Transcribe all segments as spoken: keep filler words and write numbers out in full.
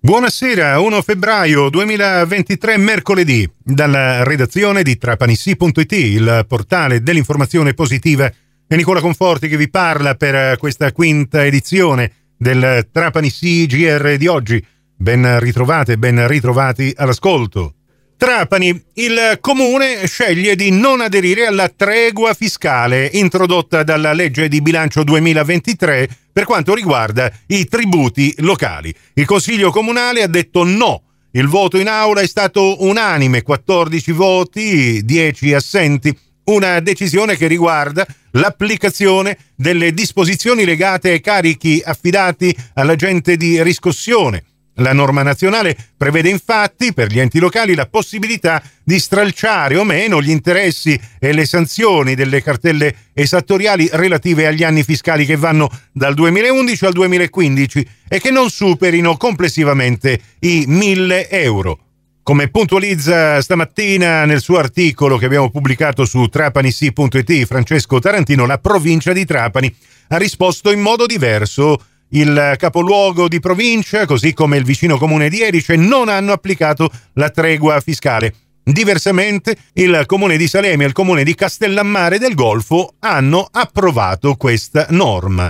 Buonasera, primo febbraio duemilaventitré, mercoledì, dalla redazione di Trapanissi punto it, il portale dell'informazione positiva. È Nicola Conforti che vi parla per questa quinta edizione del Trapanissi G R di oggi. Ben ritrovate, ben ritrovati all'ascolto. Trapani, il comune sceglie di non aderire alla tregua fiscale introdotta dalla legge di bilancio duemilaventitré per quanto riguarda i tributi locali. Il Consiglio Comunale ha detto no. Il voto in aula è stato unanime, quattordici voti, dieci assenti. Una decisione che riguarda l'applicazione delle disposizioni legate ai carichi affidati all'agente di riscossione. La norma nazionale prevede infatti per gli enti locali la possibilità di stralciare o meno gli interessi e le sanzioni delle cartelle esattoriali relative agli anni fiscali che vanno dal duemilaundici al duemilaquindici e che non superino complessivamente i mille euro. Come puntualizza stamattina nel suo articolo che abbiamo pubblicato su Trapanissi punto it Francesco Tarantino, la provincia di Trapani ha risposto in modo diverso. Il capoluogo di provincia, così come il vicino comune di Erice, non hanno applicato la tregua fiscale. Diversamente, il comune di Salemi e il comune di Castellammare del Golfo hanno approvato questa norma.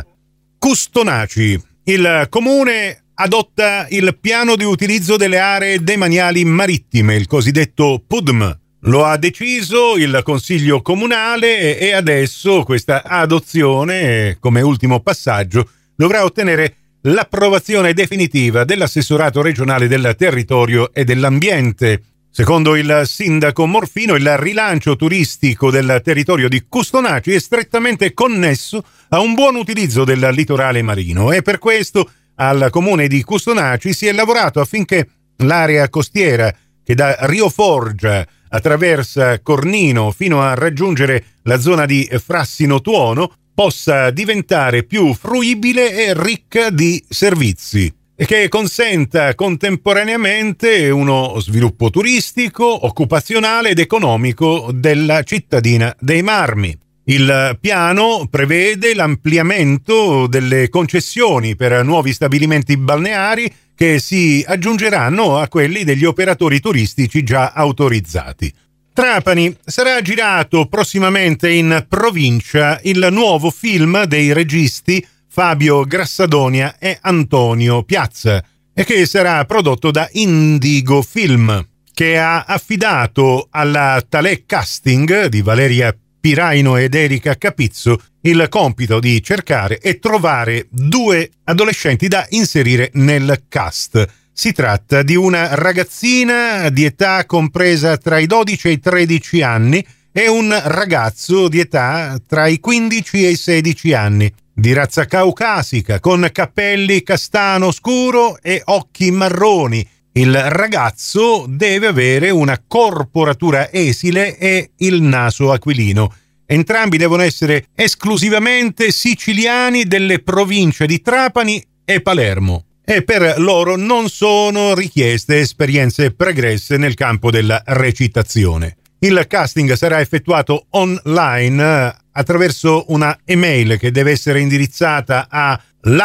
Custonaci. Il comune adotta il piano di utilizzo delle aree demaniali marittime, il cosiddetto P U D M. Lo ha deciso il Consiglio Comunale e adesso questa adozione, come ultimo passaggio, dovrà ottenere l'approvazione definitiva dell'assessorato regionale del territorio e dell'ambiente. Secondo il sindaco Morfino, il rilancio turistico del territorio di Custonaci è strettamente connesso a un buon utilizzo del litorale marino e per questo al comune di Custonaci si è lavorato affinché l'area costiera che da Rio Forgia attraversa Cornino fino a raggiungere la zona di Frassino Tuono possa diventare più fruibile e ricca di servizi e che consenta contemporaneamente uno sviluppo turistico, occupazionale ed economico della cittadina dei Marmi. Il piano prevede l'ampliamento delle concessioni per nuovi stabilimenti balneari che si aggiungeranno a quelli degli operatori turistici già autorizzati. Trapani, sarà girato prossimamente in provincia il nuovo film dei registi Fabio Grassadonia e Antonio Piazza e che sarà prodotto da Indigo Film, che ha affidato alla Tale Casting di Valeria Piraino ed Erika Capizzo il compito di cercare e trovare due adolescenti da inserire nel cast. Si tratta di una ragazzina di età compresa tra i dodici e i tredici anni e un ragazzo di età tra i quindici e i sedici anni, di razza caucasica, con capelli castano scuro e occhi marroni. Il ragazzo deve avere una corporatura esile e il naso aquilino. Entrambi devono essere esclusivamente siciliani delle province di Trapani e Palermo. E per loro non sono richieste esperienze pregresse nel campo della recitazione. Il casting sarà effettuato online attraverso una email che deve essere indirizzata a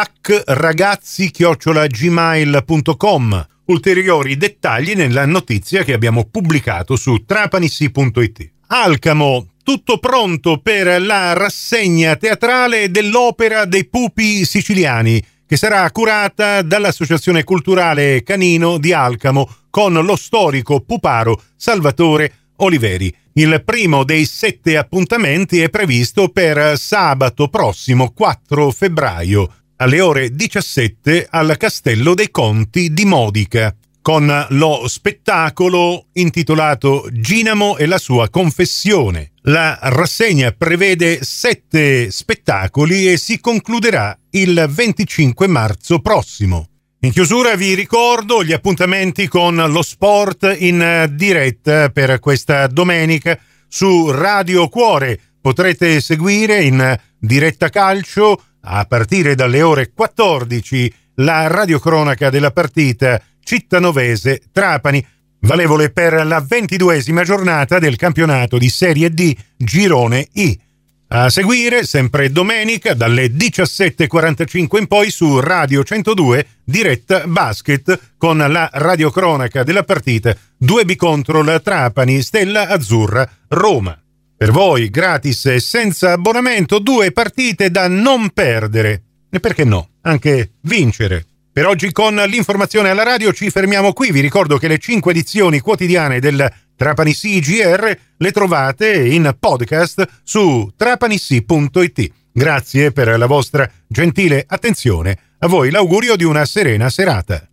lacragazzi chiocciola gmail punto com. Ulteriori dettagli nella notizia che abbiamo pubblicato su Trapanissi punto it. Alcamo, tutto pronto per la rassegna teatrale dell'Opera dei Pupi Siciliani, che sarà curata dall'Associazione Culturale Canino di Alcamo con lo storico puparo Salvatore Oliveri. Il primo dei sette appuntamenti è previsto per sabato prossimo quattro febbraio alle ore diciassette al Castello dei Conti di Modica, con lo spettacolo intitolato Ginamo e la sua confessione. La rassegna prevede sette spettacoli e si concluderà il venticinque marzo prossimo. In chiusura vi ricordo gli appuntamenti con lo sport in diretta per questa domenica su Radio Cuore. Potrete seguire in diretta calcio a partire dalle ore quattordici la radiocronaca della partita Cittanovese-Trapani, valevole per la ventiduesima giornata del campionato di Serie D Girone I. A seguire, sempre domenica, dalle diciassette e quarantacinque in poi su Radio centodue, diretta basket con la radiocronaca della partita due B contro la Trapani Stella Azzurra Roma. Per voi, gratis e senza abbonamento, due partite da non perdere. E perché no? Anche vincere. Per oggi con l'informazione alla radio ci fermiamo qui. Vi ricordo che le cinque edizioni quotidiane del Trapani Sì G R le trovate in podcast su trapanissi punto it. Grazie per la vostra gentile attenzione. A voi l'augurio di una serena serata.